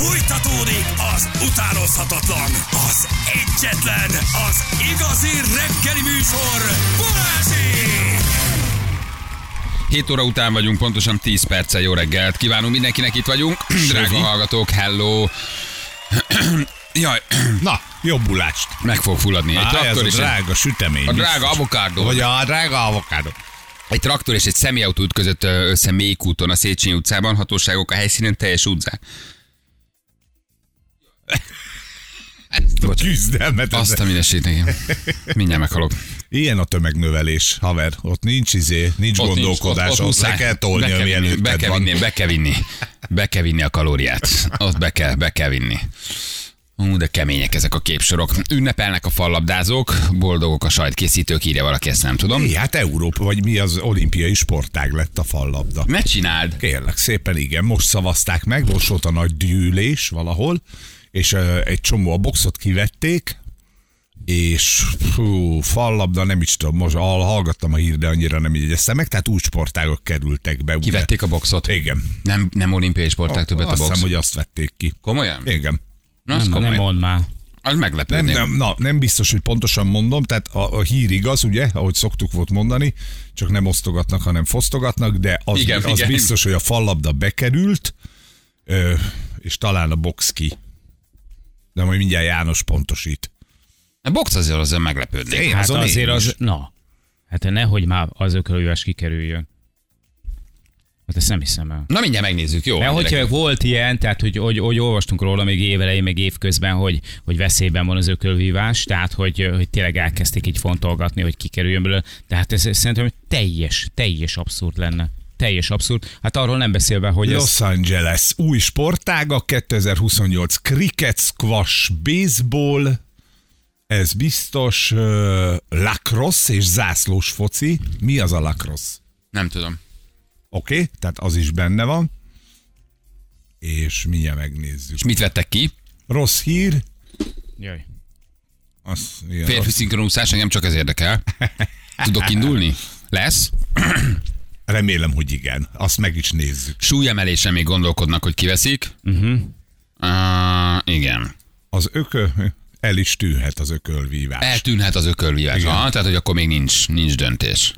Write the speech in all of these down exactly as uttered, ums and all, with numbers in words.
Fújtatódik az utánozhatatlan, az egyetlen, az igazi reggeli műsor, Balázsék! hét óra után vagyunk, pontosan tíz perccel. Jó reggelt kívánunk mindenkinek, itt vagyunk. Drága hallgatók, hello. Jaj. Na, jobbulást. Meg fog fulladni. Egy Á, traktor ez és a drága egy, sütemény. a drága avokádó. Vagy a drága avokádó. Egy traktor és egy személyautó ütközött össze Mékúton, a Széchenyi utcában. Hatóságok a helyszínen teljes útzák. Ezt a küzdelmet. Azt a mindesét nekem. Mindjárt meghalok. Ilyen a tömegnövelés, haver. Ott nincs izé, nincs Ott gondolkodás, nincs, ott, ott, ott le kell tolni, be ami kell vinni, be előtted kell van. vinni, be kell vinni. Be kell vinni a kalóriát. Ott be kell, be kell vinni. Ú, de kemények ezek a képsorok. Ünnepelnek a fallabdázók, boldogok a sajtkészítők, írja valaki, ezt nem tudom. É, hát Európa, vagy mi az olimpiai sportág lett a fallabda. Ne csináld! Kérlek szépen, igen, most szavazták meg, most volt a nagy gyűlés valahol, és uh, egy csomó a boxot kivették, és fú, fallabda, nem is tudom, most hallgattam a hír, de annyira nem jegyeztem meg, tehát új sportágok kerültek be. Kivették a boxot? Igen. Nem, nem olimpiai sportág többet a Azt box? hiszem, hogy azt vették ki. Komolyan? Igen. Na, az Nem, komoly. nem mondd már. Az Nem, meglepődném. nem, na, nem biztos, hogy pontosan mondom, tehát a, a hír igaz, ugye, ahogy szoktuk volt mondani, csak nem osztogatnak, hanem fosztogatnak, de az, Igen, az igen. biztos, hogy a fallabda bekerült, ö, és talán a box ki. De majd mindjárt János pontosít. A box azért azért meglepődnék. Én Hát azon azért én is. az, na, hát nehogy már az ökölvívás kikerüljön. Hát ezt nem hiszem el. Na mindjárt megnézzük, jó? Mert hogyha gyerekek. volt ilyen, tehát hogy, hogy, hogy olvastunk róla még évelején, meg évközben, hogy, hogy veszélyben van az ökölvívás, tehát hogy, hogy tényleg elkezdték így fontolgatni, hogy kikerüljön belőle. De hát ez szerintem teljes, teljes abszurd lenne. Teljes abszurd. Hát arról nem beszélve, hogy ez... Los Angeles új sportágak, kétezer-huszonnyolc cricket, squash, baseball, ez biztos, uh, lacrosse és zászlós foci. Mi az a lacrosse? Nem tudom. Oké, okay, tehát az is benne van. És mindjárt megnézzük. És mit vettek ki? Rossz hír. Jaj. Az, igen, Férfi rossz. szinkronúszás, engem csak ez érdekel. Tudok indulni? Lesz? Remélem, hogy igen. Azt meg is nézzük. Súlyemelésen még gondolkodnak, hogy kiveszik. Uh-huh. Uh, igen. Az ökö... El is tűnhet az ökölvívás. Eltűnhet az ökölvívás. Aha, tehát, hogy akkor még nincs, nincs döntés.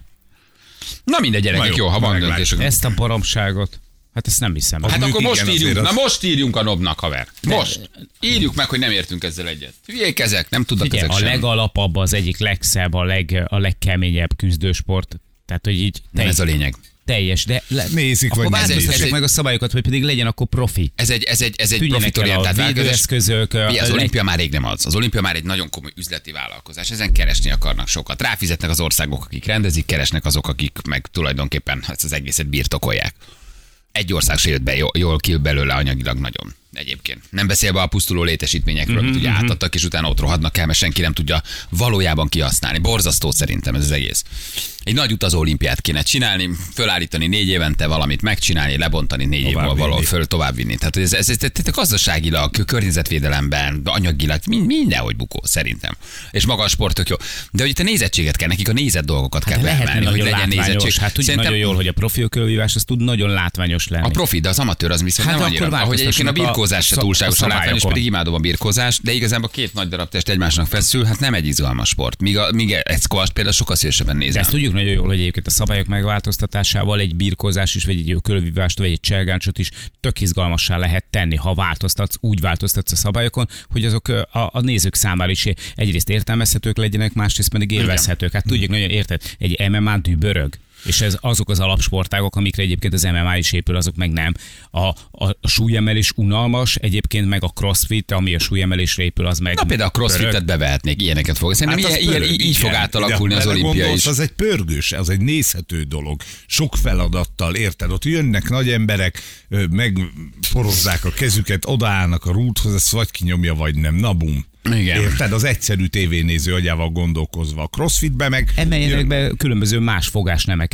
Na mindegy, gyerekek, Na jó, jó, ha van meglátjuk. döntés. akkor- Ezt a baromságot, hát ezt nem hiszem el. Hát mondjuk akkor most igen, írjunk, azért na az- most írjunk a nobnak, haver. Most. Írjuk meg, hogy nem értünk ezzel egyet. Hülyék ezek, nem tudnak Figyelj, ezek a sem. legalapabb, az egyik legszebb, a, leg, a legkeményebb küzdősport. Tehát, hogy így Nem ez a lényeg. teljes, de le, Nézik, akkor vagy nem ez egy- ez változtassák egy- meg a szabályokat, hogy pedig legyen akkor profi. Ez egy, ez egy, ez egy Tűnjenek el a profitorientált vágás. védőeszközök. Mi, az a olimpia már rég nem az. Az olimpia már egy nagyon komoly üzleti vállalkozás. Ezen keresni akarnak sokat. Ráfizetnek az országok, akik rendezik, keresnek azok, akik meg tulajdonképpen ezt az egészet birtokolják. Egy ország se jött be, jól, jól ki belőle anyagilag nagyon. Egyébként. Nem beszélve a pusztuló létesítményekről, amit ugye átadtak, és utána ott rohadnak el, mert senki nem tudja valójában kihasználni. Borzasztó szerintem ez az egész. Egy nagy utazó olimpiát kéne csinálni, fölállítani négy évente valamit megcsinálni, lebontani négy év múlva Továbbvinni. valahol föl továbbvinni. Tehát ez, ez, ez, ez, ez gazdaságilag, környezetvédelemben, anyagilag, mind, mindenhogy bukó szerintem. És maga a sport tök jó. De hogy itt a nézettséget kell, nekik a nézett dolgokat kell Hát lehetne beemelni, hogy nagyon legyen látványos. nézettség. Hát tudjuk Szerintem nagyon jól, hogy a profi ökölvívás az tud nagyon látványos lenni. a profi, de az amatőr az viszont Hát nem akkor annyira. Ahogy egyébként a változtassanak a birkózás se szab- túlságosan a látványos, szabályokon. pedig imádom a birkózást, de igazából két nagy darab test egymásnak feszül, hát nem egy izgalmas sport. Míg, a, míg egy squash például sokkal szívesebben De nézem. ezt tudjuk nagyon jól, hogy egyébként a szabályok megváltoztatásával egy birkózás is, vagy egy ökölvívást, vagy egy cselgáncsot is tök izgalmassá lehet tenni, ha változtatsz, úgy változtatsz a szabályokon, hogy azok a, a nézők számára is egyrészt értelmezhetők legyenek, másrészt pedig élvezhetők. Hát tudjuk nagyon, érted, egy em em á dübörög. És ez azok az alapsportágok, amikre egyébként az em em á is épül, azok meg nem. A, a, a súlyemelés unalmas, egyébként meg a crossfit, ami a súlyemelésre épül, az meg... Na például a crossfitet pörög. bevehetnék, ilyeneket fog. Szerintem az ilyen, ilyen, pörög, így fog igen. átalakulni De az ha olimpia belegondolsz, is. Az egy pörgős, az egy nézhető dolog. Sok feladattal, érted? Ott jönnek nagy emberek, ö, megforozzák a kezüket, odaállnak a rúthoz, ezt vagy kinyomja, vagy nem. Na bum. Igen. Érted? Az egyszerű tévénéző agyával gondolkozva. A crossfitbe meg... Emeljenek be különböző más fogásnemeket.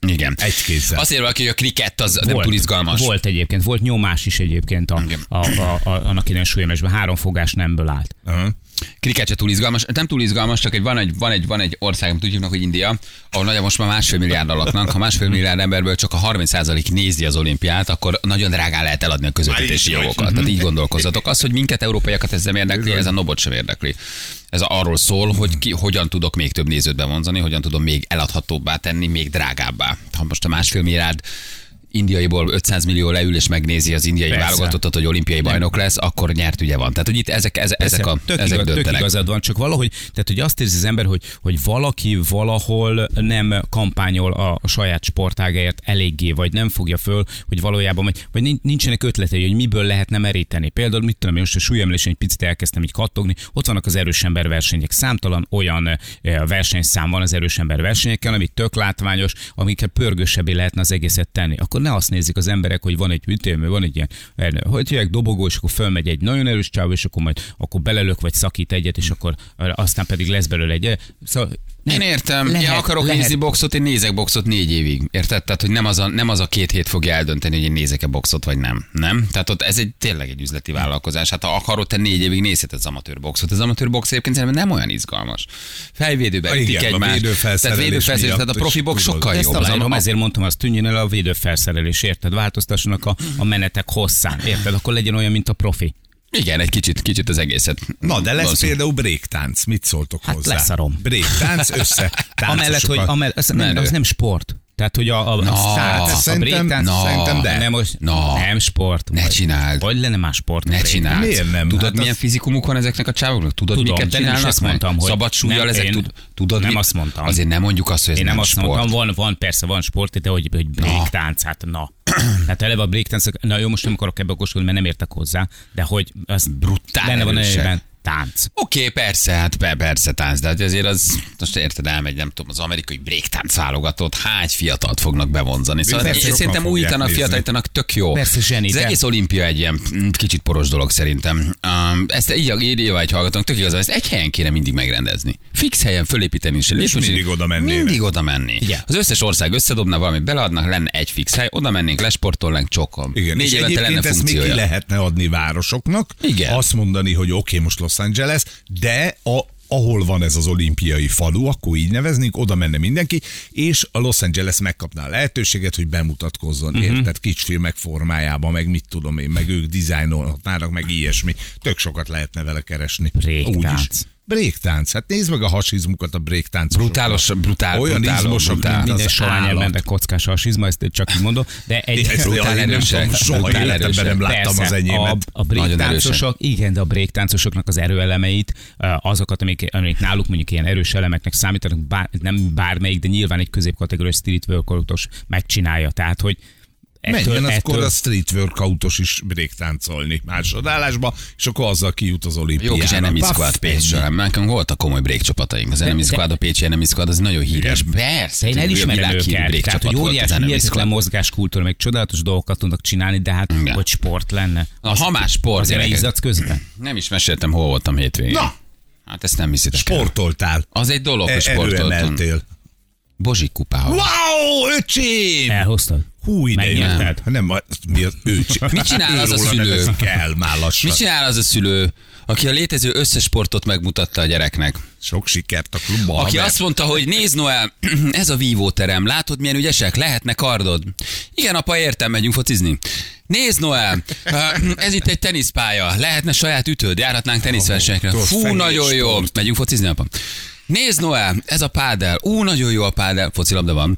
Igen. Egy kézzel. Azt írja valaki, hogy a krikett az volt, nem túl izgalmas. Volt egyébként, volt nyomás is egyébként a, a, a, a, annak idején súlyemesben, három fogás nemből állt. Uh-huh. Krikett se túl izgalmas, nem túl izgalmas, csak egy, van, egy, van, egy, van egy ország, amit úgy hívnak, hogy India, ahol nagyon most már másfél milliárd laknak. Ha másfél milliárd emberből csak a harminc százalék nézi az olimpiát, akkor nagyon drágán lehet eladni a közvetítési jogokat. Tehát így gondolkozzatok. Az, hogy minket, európaiakat ez nem érdekli, ez a nobot sem érdekli. Ez arról szól, hogy ki, hogyan tudok még több nézőt bevonzani, hogyan tudom még eladhatóbbá tenni, még drágábbá. Ha most a másfél milliárd indiaiból ötszáz millió leül és megnézi az indiai Persze. válogatottat, hogy olimpiai bajnok lesz, akkor nyert ügye van. Tehát, hogy itt ezek, ezek, ezek a tök ezek igaz, tök döntenek. igazad van, csak valahogy, tehát hogy azt érzi az ember, hogy, hogy valaki valahol nem kampányol a, a saját sportágáért eléggé, vagy nem fogja föl, hogy valójában, vagy, vagy nincsenek ötletei, hogy miből lehetne meríteni. Például, mit tudom, én most a súlyemlésen egy picit elkezdtem így kattogni, ott vannak az erős ember versenyek, számtalan olyan versenyszám van az erős ember versenyekkel, ami tök látványos, amikkel pörgősebbé lehetne az egészet tenni. Akkor ne azt nézik az emberek, hogy van egy ütélmű, van egy ilyen, hogy hívják, dobogó, és akkor fölmegy egy nagyon erős csáv, és akkor majd akkor belelök, vagy szakít egyet, és akkor aztán pedig lesz belőle egy. Szóval Én értem, lehet, én akarok lehet. nézni boxot, én nézek boxot négy évig. Érted? Tehát, hogy nem az a, nem az a két hét fogja eldönteni, hogy én nézek-e boxot, vagy nem. Nem? Tehát ott ez egy tényleg egy üzleti vállalkozás. Hát ha akarod, te négy évig nézheted az amatőr boxot. Az amatőr box egyébként szerintem nem olyan izgalmas. Fejvédőben ütik Igen, a egymást. védőfelszerelés Tehát védőfelszerelés, miatt tehát a profi box is sokkal ezt jobb. Az aláírom, a- ezért mondtam, azt tűnjön el a védőfelszerelés, érted? Változtassanak a, a menetek hosszán, érted? Akkor legyen olyan, mint a profi. Igen, egy kicsit, kicsit az egészet. Na, de lesz Valószínű. például breaktánc. Mit szóltok Hát hozzá? leszarom. Breaktánc össze. Amellett, hogy amellett, az, nem, Menő. az nem sport. Tehát, hogy a, a, a, Na, sztárc, a szerintem- breaktánc, na, szerintem de. nem, most, Na. nem sport. Ne csináld. Hogy lenne más sport? Ne csináld. Miért nem? Tudod, Hát milyen az- fizikumuk van ezeknek a csávoknak? Tudod, Tudom, miket de nem is csinálnak azt meg? mondtam, hogy Szabad súlyjal nem, ezek én tud, tudod, nem mi? azt mondtam. Azért nem mondjuk azt, hogy ez Én nem, nem azt sport. mondtam, van, van, persze van sport, de hogy, hogy breaktánc, hát na. Tehát eleve a breaktánc, na jó, most nem akarok ebbe okoskodni, mert nem értek hozzá, de hogy az Brutál benne van erősek. nevében tánc. Oké, okay, persze, hát pe- persze tánc, de hát azért az, most érted, elmegy, nem tudom, az amerikai breaktánc válogatott, hány fiatalt fognak bevonzani. Szóval Persze, én sokan szerintem fogják újítanak, nézni. fiatalítanak, tök jó. Persze, zseni, Az de- egész olimpia egy ilyen mm, kicsit poros dolog szerintem. Um, ezt így írja egy hallgatónk, tök igaz, ezt egy helyen kéne mindig megrendezni. Fix helyen fölépíteni is. És mindig oda mennének. Mindig oda menni. Igen. Az összes ország összedobna valamit, beleadnak, lenne egy fix hely, oda mennénk, lesportolnánk, csokom. Igen, Négy és évente lenne egyébként ezt még ki funkciója. lehetne adni városoknak. Igen. Azt mondani, hogy oké, okay, most Los Angeles, de a, ahol van ez az olimpiai falu, akkor így neveznénk, oda menne mindenki, és a Los Angeles megkapná a lehetőséget, hogy bemutatkozzon, uh-huh. érted, kicsfilmek formájában, meg mit tudom én, meg ők dizájnolhatnának, meg ilyesmi. Tök sokat lehetne vele keresni. Breaktánc. Úgyis. Breaktánc, hát nézd meg a hasizmukat a breaktáncosoknak. Brutálos, brutál, Olyan brutál, izmosok, brutál. mint Minden az sovány állat. embernek kockás a sizma, ezt csak így mondom, de egy Ezt brutál én nem erősek, tudom, soha brutál életemben erősek. nem láttam Persze, az enyémet. A, a breaktáncosok, igen, de a breaktáncosoknak az erőelemeit, azokat, amik, amik náluk mondjuk ilyen erős elemeknek számítanak, bár, nem bármelyik, de nyilván egy középkategóriás street workoutos megcsinálja. Tehát, hogy ettől, Menjen akkor ettől, a street workoutos is breaktáncolni másodállásba, és akkor azzal kijut az olimpiára. Jó kis Enemy Baff, Squad Pécsről. Nekem voltak komoly break csapataink. Az Enemy de- Squad, a pécsi Enemy Squad, az nagyon híres. Persze. én elismerem világhírű őket. break Tehát, csapat hogy volt az óriási, Enemy hihetetlen Squad. mozgáskultúra, meg csodálatos dolgokat tudnak csinálni, de hát, Igen. hogy sport lenne. Na, ha már sport, Azért ne gyerekek. izzadsz közben. Nem is meséltem, hol voltam hétvégén. Na! Hát ezt nem hiszitek el. Sportoltál. Az egy dolog, hogy E- sportoltam. Erőemeltél. Bozsik kupával. Wow, öcsém! Elhoztad? Hú, ide Megnyerted? jön. Nem, mi az öcsém? Mit csinál az a Róla szülő? nevezik el már lassan. Mit csinál az a szülő, aki a létező összes sportot megmutatta a gyereknek? Sok sikert a klubban. Aki haver. azt mondta, hogy nézd Noel, ez a vívóterem, látod milyen ügyesek, lehetne kardod. Igen, apa, értem, megyünk focizni. Nézd Noel, ez itt egy teniszpálya, lehetne saját ütőd, járhatnánk teniszversenyekre. tudod, Fú, fehér nagyon jó, sport. megyünk focizni, apa. Nézd Noel, ez a pádel, ú, nagyon jó a pádel, focilabda van.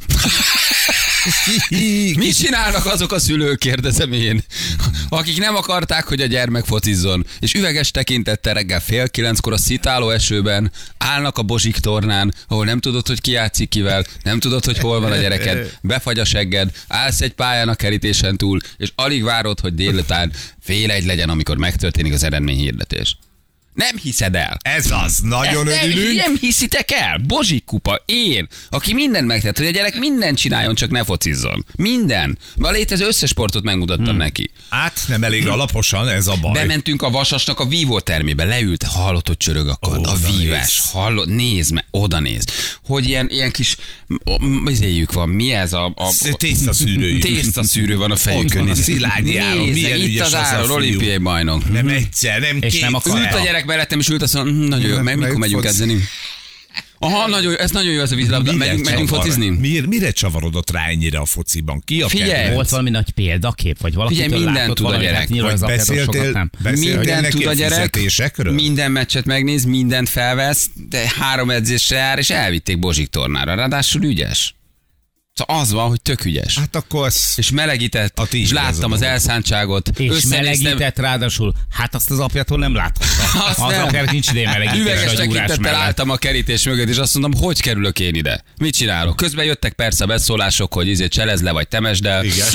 Mit csinálnak azok a szülők, kérdezem én, akik nem akarták, hogy a gyermek focizzon, és üveges tekintettel reggel fél kilenckor a szitáló esőben állnak a Bozsik tornán, ahol nem tudod, hogy ki játszik kivel, nem tudod, hogy hol van a gyereked, befagy a segged, állsz egy pályán a kerítésen túl, és alig várod, hogy délután fél egy legyen, amikor megtörténik az eredményhirdetés. Nem hiszed el. Ez az, nagyon Ezt örülünk. Nem, nem hiszitek el? Bozsik kupa, én, aki mindent megtett, hogy a gyerek mindent csináljon, csak ne focizzon. Minden. A létező összes sportot megmutattam hmm. neki. Hát nem elég alaposan, ez a baj. Bementünk a Vasasnak a vívó termébe, leült, hallott, hogy csörög a kard, Ó, a vívás, néz. hallott, nézd meg, oda néz. Hogy ilyen, ilyen kis, izéjük van, mi ez a... a, a Tésztaszűrőjük. tésztaszűrő van a Ott fejükön. van a Szilágyi Áron, milyen Nézd, ügyes itt az az a Áron, fiú. olimpiai bajnok. Nem egyszer, nem És nem kétszer. akar Ült a gyerek mellettem, és ült azt mondja, "Hm, nagyon jó, meg mikor megyünk foci. edzeni? Aha, nagyon jó, ez nagyon jó ez a vízilabda. Mire Megyünk, megyünk csavar- focizni? Mire, mire csavarodott rá ennyire a fociban? Ki a Figyelj, kedvenc? Volt valami nagy példakép, vagy valakitől Figyelj, mindent látott tud a valamit, gyerek. hát nyilván Vagy az apjától sokat beszéltél, nem. beszéltél Mindent neki tud a gyerek, fizetésekről? minden meccset megnéz, mindent felvesz, de három edzésre jár, és elvitték Bozsik tornára. Ráadásul ügyes. Szóval az van, hogy tök ügyes. Hát akkor ez... És melegített, A ti és láttam igazadon. az elszántságot. És összenéztem- melegített ráadásul, hát azt az apjától nem láthatta. Azt Az nem. apjának nincs ideje melegíteni Üveges a gyúrás tekintettel mellett. álltam a kerítés mögött, és azt mondom, hogy kerülök én ide? Mit csinálok? Közben jöttek persze a beszólások, hogy izé cselezd le, vagy temesd el. Igen.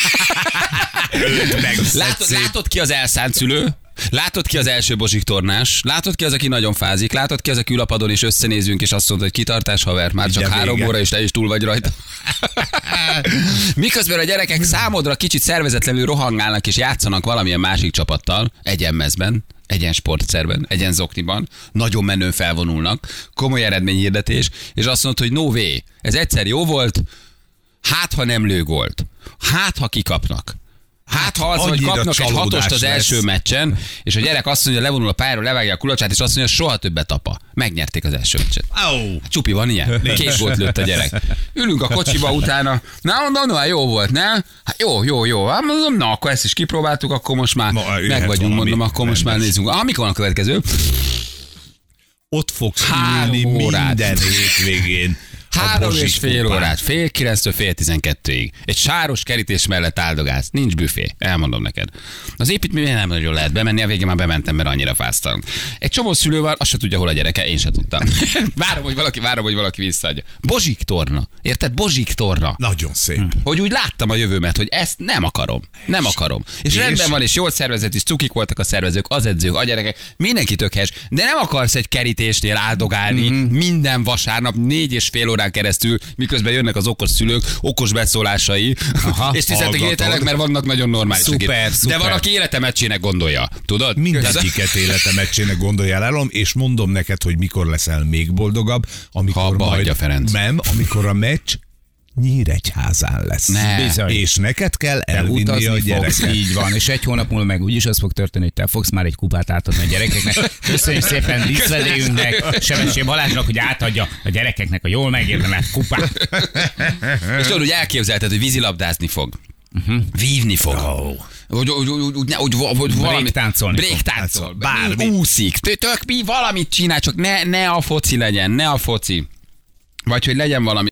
Őt megszed Látod, szét. látod ki az elszánt szülő? Látod ki az első Bozsik tornás? Látod ki az, aki nagyon fázik? Látod ki az, aki ülapadon és összenézünk, és azt mondta, hogy kitartás, haver, már csak Ugye három vége. óra, és te is túl vagy rajta. Miközben a gyerekek számodra kicsit szervezetlenül rohangálnak és játszanak valamilyen másik csapattal, egyenmezben, egyen sportszerben, egyen zokniban, nagyon menőn felvonulnak, komoly eredményhirdetés, és azt mondod, hogy no way, ez egyszer jó volt, hát ha nem lőgolt, hát ha kikapnak. Hát ha az, hogy annyira kapnak egy csalódás hatost az lesz. első meccsen, és a gyerek azt mondja, levonul a pályáról, levágja a kulacsát, és azt mondja, soha többet apa. Megnyerték az első meccset. Au. Csupi, van ilyen? Két gólt lőtt a gyerek. Ülünk a kocsiba utána. Na, mondom, no, jó volt, ne? Hát jó, jó, jó. Hát mondom, na, akkor ezt is kipróbáltuk, akkor most már Ma, meg jöhet vagyunk, valami mondom, akkor most már rendes. nézzünk. Ah, mikor van a következő? Ott fogsz Három ülni órát. minden hétvégén. a Három Bozsik és fél kupán. órát, fél kilenctől fél tizenkettőig. Egy sáros kerítés mellett áldogálsz. Nincs büfé, elmondom neked. Az építműben nem nagyon lehet bemenni, a végén már bementem, mert annyira fáztam. Egy csomó szülő van, azt se tudja, hol a gyereke, én se tudtam. várom, hogy valaki, várom, hogy valaki visszaadja. Bozsik torna. Érted? Bozsik torna. Nagyon szép. Hogy úgy láttam a jövőmet, hogy ezt nem akarom. Nem akarom. És, És? rendben van, és jól szervezett, és cukik voltak a szervezők, az edzők, a gyerekek, mindenki tökhes, de nem akarsz egy kerítésnél áldogálni mm-hmm. minden vasárnap négy és fél órán keresztül, miközben jönnek az okos szülők, okos beszólásai, Aha, és tiszteltek hallgatod. életelek, mert vannak nagyon normálisak. Szuper, itt. szuper. De van, aki életemecsének gondolja. Tudod? Mindegyiket életemecsének gondoljál el, és mondom neked, hogy mikor leszel még boldogabb, amikor Ha abba majd... hagyja Ferenc. Nem, amikor a meccs Nyíregyházán lesz. Ne. Bizony. És neked kell Te elvinni utazni a fogsz, gyereket. így van, és egy hónap múlva meg úgyis az fog történni, hogy te fogsz már egy kupát átadni a gyerekeknek. Köszönjük szépen díszvedélyünknek, Sebestyén Balázsnak, hogy átadja a gyerekeknek a jól megérdemelt kupát. És tudod, hogy elképzelted, hogy vízilabdázni fog. Uh-huh. Vívni fog. Oh. Hogy, hogy, hogy, hogy, ne- hogy, hogy valami... Bréktáncolni fog. Bréktáncol. Bármi. Úszik. Tök mi, valamit csinál, csak ne, ne a foci legyen, ne a foci. Vagy hogy legyen valami.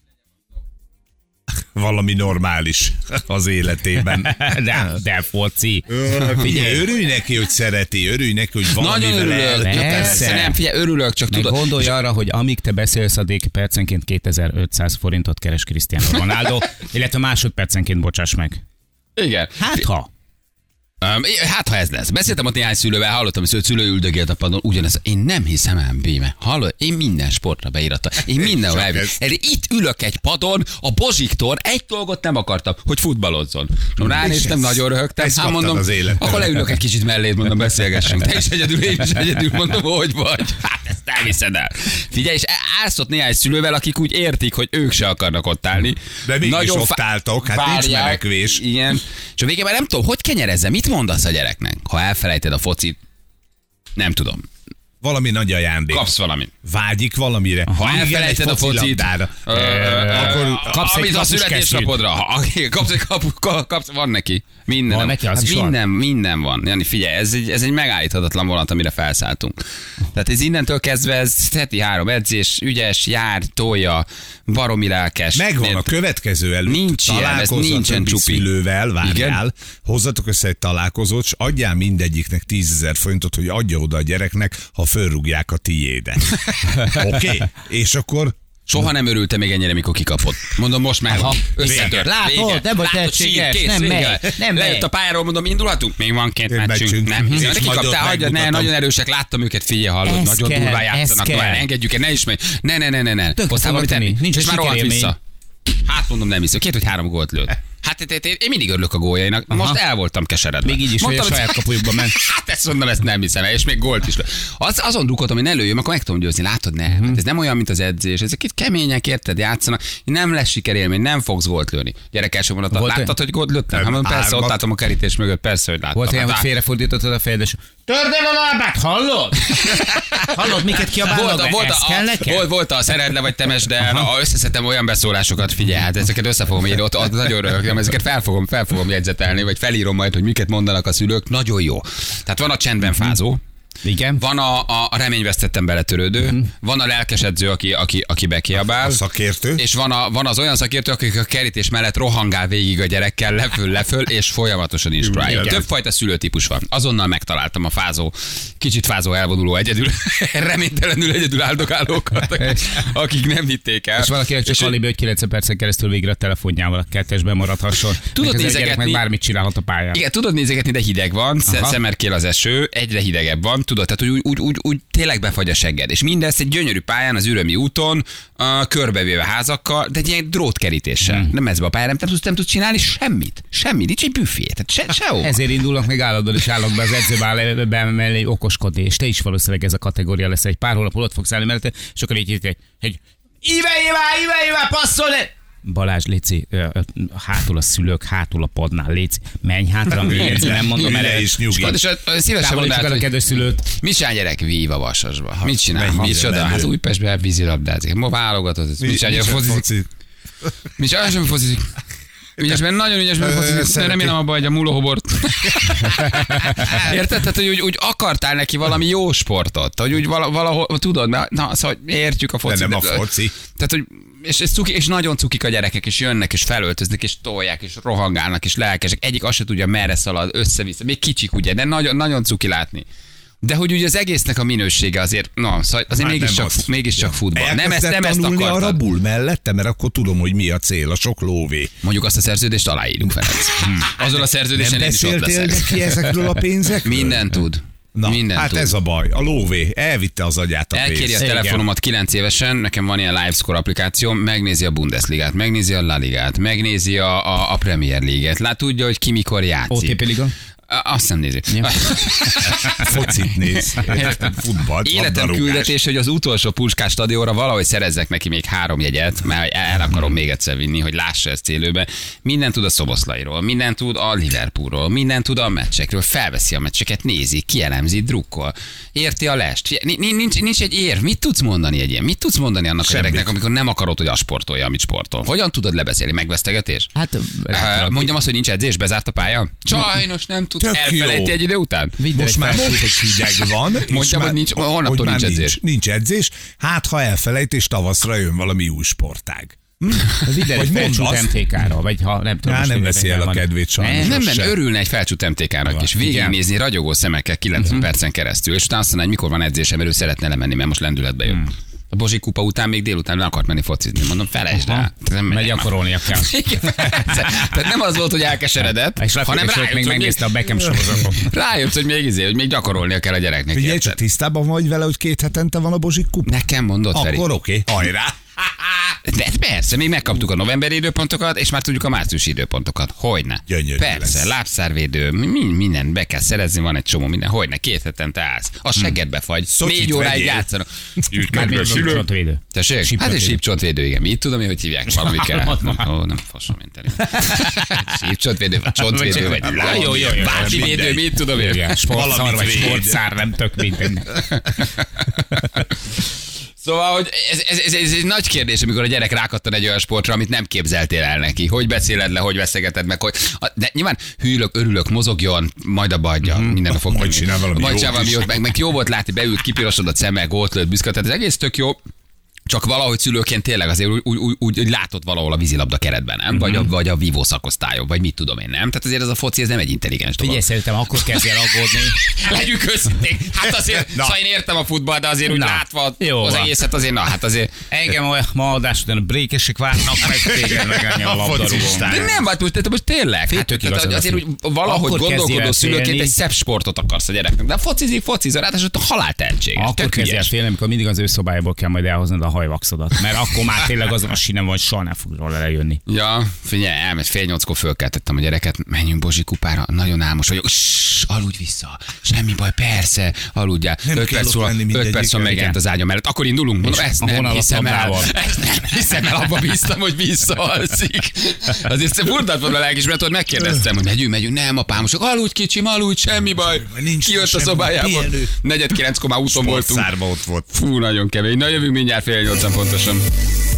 Valami normális az életében. De, de foci. Figyelj, örülj neki, hogy szereti, örülj neki, hogy Nagyon valamivel örülök. el... Persze, nem, figyelj, örülök, csak Meg tudod. gondolj arra, hogy amíg te beszélsz, addig percenként kétezer-ötszáz forintot keres Cristiano Ronaldo, illetve másodpercenként bocsáss meg. Igen. Hát ha. Um, hát, ha ez lesz. Beszéltem ott néhány szülővel, hallottam, hogy szülő üldögélt a padon, ugyanez. Én nem hiszem el, Bíme. Hallod? Én minden sportra beírattam. Én mindenhol Csak elvittem. ez. Erre itt ülök egy padon, a Bozsiktor, egy dolgot nem akartam, hogy futballozzon. No, ránéztem, ez- nagyon röhögtem. ezt Hát kaptad mondom, az életben. akkor leülök egy kicsit melléd, mondom, beszélgessünk. Te is egyedül, én is egyedül, mondom, hogy vagy. Hát ezt nem hiszed el. Figyelj, és állsz ott néhány szülővel, akik úgy értik, hogy ők se akarnak ott állni. De mégis ott fá- álltok, hát nincs várják. menekvés. Igen. És a végén már nem tudom, hogy kenyerezzem, mit mondasz a gyereknek, ha elfelejted a focit? Nem tudom. Valami nagy ajándék. Kapsz valamit. Vágyik valamire. Ha Igen, elfelejted egy a focit, focilabdára. ö, ö, akkor kapsz egy amit a kapus születésnapodra. Ha- Kapsz egy kapu, ka- kapsz, van neki. Minden. Van neki, az Hát is van. minden, minden van. Jani, figyelj, ez egy, ez egy megállíthatatlan vonat, amire felszálltunk. Tehát ez innentől kezdve ez heti három edzés, ügyes, jár, tolja, baromi lelkes. Megvan Miért? a következő előtt. Nincs ilyen, ez Találkozz a nincsen többi csupi. szülővel, várjál, Igen? hozzatok össze egy találkozót, és adjál mindegyiknek tízezer forintot, hogy adja oda a gyereknek, ha fölrúgják a tiédet. Oké? Okay? És akkor Soha nem örültem még ennyire, mikor kikapott. Mondom, most már összetört. Látod, nem vagy tehetséges, nem megy. Nem Lejött a pályáról, mondom, indulhatunk. Még van két Két meccsünk. meccsünk. Nem, Mhm. hiszen És kikaptál, nagyot hagyjad, ne, megmutatom. nagyon erősek, láttam őket, figyelj, hallod, Ez nagyon kell, durván ez játszanak, kell. már engedjük el, ne is menj. Ne, ne, ne, ne, ne. Tök Hoztál valamit valami, enni. nincs És már rohadt sikerélmény. vissza. Hát mondom, nem hiszem. Két vagy három gólt lőtt. Hát én, én, én mindig örülök a góljainak. Most el voltam keseredve. Még így is, hogy a Mondtam, saját kapujukba ment. Hát ezt mondom, ezt nem hiszem el, és még gólt is lő. Az, azon drukkoltam, hogy ne lőjön, akkor meg tudom győzni. Látod, ne. Hát ez nem olyan, mint az edzés. Ezek itt kemények, érted, játszanak. Nem lesz sikerélmény, nem fogsz gólt lőni. Gyerek első mondat, Volt láttad, olyan- hogy gólt lőttem? Nem, Hát persze, hármat. ott álltam a kerítés mögött, persze, hogy láttam. Volt olyan, Hát, hogy félrefordítottad a fejed, és törd el a lábát, hallod? Hallod, miket kiabálnak? volt, a, volt, Ez kell a, nekem? volt, volt a szered le vagy temes, de na, összeszedtem olyan beszólásokat, figyelj, hát ezeket össze fogom írni, ott, ott nagyon rögtön, ezeket fel fogom, fel fogom jegyzetelni, vagy felírom majd, hogy miket mondanak a szülők, nagyon jó. Tehát van a csendben fázó, Igen. van a, a, a reményvesztettem beletörődő, uh-huh. van a lelkesedő, aki, aki, aki bekiabál, A szakértő. és van, a, van az olyan szakértő, akik a kerítés mellett rohangál végig a gyerekkel, leföl, leföl, és folyamatosan instruálja. Igen. Többfajta szülőtípus van. Azonnal megtaláltam a fázó, kicsit fázó elvonuló egyedül, reménytelenül egyedül áldogálókat, akik nem hitték el. És valakinek csak alibi, hogy kilenc percen keresztül végre a telefonjával a kettesben maradhasson. Tudod Meg ez a gyerek meg nézegetni- bármit csinálhat a pályán. Igen, tudod nézegetni, de hideg van, Aha. szemerkél az eső, egyre hidegebb van, tudod, tehát hogy úgy, úgy, úgy, úgy tényleg befagy a segged. És mindezt egy gyönyörű pályán, az Ürömi úton, uh, körbevéve házakkal, de egy ilyen drótkerítéssel. Hmm. Nem ez be a pályán, nem, nem, tudsz, nem tudsz csinálni semmit. Semmit, nincs egy büfé, tehát se, sehol. Ezért indulnak meg állatban, és állnak be az edzőbe mellé okoskodni, és te is valószínűleg ez a kategória lesz, egy pár hónap alatt fogsz állni mellette, és akkor így így, hogy íve, íve, íve, íve, passzol! Balázs, Léci, ö, ö, hátul a szülők, hátul a padnál, Léci, menj hátra, még egyszer nem mondom el. Ülj le és nyugi. És a- a- szívesen Távolítsuk mondd el át, a hogy kedves szülőt. mit csinál gyerek vív a vasasba? Mit csinál? menj Mit csinál? haza, Hát elő. Újpestben vízilabdázik. Ma válogatott. Mit csinál gyerek? Focizik. Foci. Mit csinál? Sem focizik. Ügyesben, nagyon ügyesben Ö, focizik, de szereti. remélem abban, hogy a múlóhobort. Érted? Tehát, hogy úgy, úgy akartál neki valami jó sportot, hogy úgy vala, valahol, tudod, na, na szóval értjük a De focit. nem a foci. Tehát, hogy és, és, cuki, és nagyon cukik a gyerekek, és jönnek, és felöltöznek, és tolják, és rohangálnak, és lelkesek. Egyik azt se tudja, merre szalad, össze-vissza. Még kicsik, ugye, de nagyon, nagyon cuki látni. De hogy ugye az egésznek a minősége azért, na, szóval azért Hát mégiscsak, nem az. mégiscsak futball. Nem ezt, Elkezdett nem ezt tanulni arra akartad. bull mellette, mert akkor tudom, hogy mi a cél, a sok lóvé. Mondjuk azt a szerződést aláírjuk, Ferenc. Azzal a szerződésen Nem én is ott beszéltél leszek. neki ezekről a pénzekről? Minden tud. Na, Minden hát tud. ez a baj. A lóvé elvitte az agyát a pénzt. Elkéri a telefonomat kilenc évesen, nekem van ilyen Livescore applikáció, megnézi a Bundesligát, megnézi a La Ligát, megnézi a, a, a Premier League-et, lát tudja, hogy ki mikor o játszik. té pé Liga. A- Azt nem nézi. Ja. Focit néz. Futballt, Életem labdarúgást. küldetés, hogy az utolsó Puskás stadionra valahogy szerezzek neki még három jegyet, mert el akarom még egyszer vinni, hogy lássa ezt élőben. Minden tud a Szoboszlairól, minden tud a Liverpoolról, minden tud a meccsekről, felveszi a meccseket, nézi, kielemzi, drukkol, érti a lest. Figyelj, ni- Nincs, nincs egy érv. Mit tudsz mondani egy ilyen? Mit tudsz mondani annak Semmit. a gyereknek, amikor nem akarod, hogy azt sportolja, amit sportol? Hogyan tudod lebeszélni? Megvesztegetés? Hát, Uh, mondjam azt, hogy nincs edzés, bezárt a pálya? Sajnos nem tud. Tök jó. Elfelejti egy idő után? Most már most, hogy hideg van. és Mondjam, már- hogy nincs- holnaptól hogy már nincs edzés. Nincs edzés. Hát, ha elfelejt, és tavaszra jön valami új sportág. Vidd el Vagy egy mondd felcsút azt. em té ká-ra, vagy ha nem tudom. Á, most nem minden veszi el a van. kedvét sajnos. Nem, az nem, sem. örülne egy felcsút em té ká-nak is. Végignézni ragyogó szemekkel kilencven percen keresztül, és utána azt mondani, hogy mikor van edzésem, mert ő szeretne lemenni, mert most lendületbe jön. A Bozsik kupa után még délután le akart menni focizni. Mondom, felejtsd rá. Nem Megy megyek gyakorolnia kell. Igen, persze. Tehát nem az volt, hogy elkeseredett, És hanem lefelé rájött, még hogy megnézte a még, Beckham sorozatot. rájött, hogy még izé, hogy még gyakorolnia kell a gyereknek. Ugye, érted? csak tisztában vagy vele, hogy két hetente van a Bozsik kupa? Nekem mondod, Feri. Akkor oké, hajrá! De persze, még megkaptuk a novemberi időpontokat, és már tudjuk a márciusi időpontokat. Hogyne. Gyönyörű Persze, lesz. lábszárvédő, mi- minden be kell szerezni, van egy csomó minden. Hogyne, két hetente állsz. A seggedbe fagy. Szocsit Négy óráig vegyél. játszanak. Már még az csontvédő. Tessék? Hát Sípcsontvédő. és sípcsontvédő, igen. Mit tudom én, hogy hívják? Valami kell. Ó, nem fosom, mint elég. Sípcsontvédő, vagy csontvédő, vagy Jó, jó, jó, jó. bármi védő, mindegy. mit tudom én. Igen, sportszar Valamit vagy véd. sportszár, nem tök minden. Szóval, hogy ez, ez, ez, ez egy nagy kérdés, amikor a gyerek rákattan egy olyan sportra, amit nem képzeltél el neki. Hogy beszéled le, hogy veszegeted meg, hogy... De nyilván hűlök, örülök, mozogjon, majd abba adja, mm-hmm. mindenbe fog Majd tenni. csinál valami Majd jót csinál valami is. jót, meg, meg jó volt látni, beült, kipirosodott szemmel, gólt lőtt, büszke, tehát ez egész tök jó. Csak valahogy szülőként tényleg azért úgy, úgy, úgy, úgy látod valahol a vízilabda keretben, nem? Vagy a, vagy a vívó szakosztályon, vagy mit tudom én, nem? Tehát azért ez a foci, ez nem egy intelligens dolog. Figyelj, szerintem akkor kezdj el aggódni. Legyünk őszinték. Hát azért, na. Szóval én értem a futball, de azért úgy Na. látva Jó az van. egészet azért, na hát azért... Engem a ma adás után a brékesek várnak meg téged meg annyi a labdarúgón. De nem, hát most, most tényleg. Hát, tök tehát, igazad, azért Laci. úgy valahogy Akkor kezdjél gondolkodó el szülőként félni. egy szebb sportot akarsz a gyereknek. De focizik, focizik, ráadásul a halál tehetséges. Akkor kezdj el félni, amikor mindig az ő szobájából kell majd elhoznod a hajvaxodat. Mert akkor már tényleg azon a sínen vagy, soha nem fog róla lejönni. Ja, figyelj, elment fél nyolckor fölkeltettem a gyereket, menjünk Bozsi kupára, nagyon álmos vagyok. Ssss, aludj vissza, semmi baj, persze, aludjál. Nem öt kell perc ott múlva, lenni öt mindegyikkel, perc múlva megjelent az ágyam mellett. Akkor indulunk, mondom, ezt a nem vonalat hiszem el. labdával. Ezt nem hiszem el, abba bíztam, hogy visszaalszik. Azért furdalt volna a lelkismeret, hogy megkérdeztem, hogy megyünk, megyünk, nem apám, csak aludj kicsim, aludj, semmi baj. Nincs Kijött a semmi, szobájából. pihenő. Negyed kilenckor már úton voltunk. Sportszárba ott volt. Fú, nagyon kemény. Na jövünk mindjárt fél nyolcan pontosan.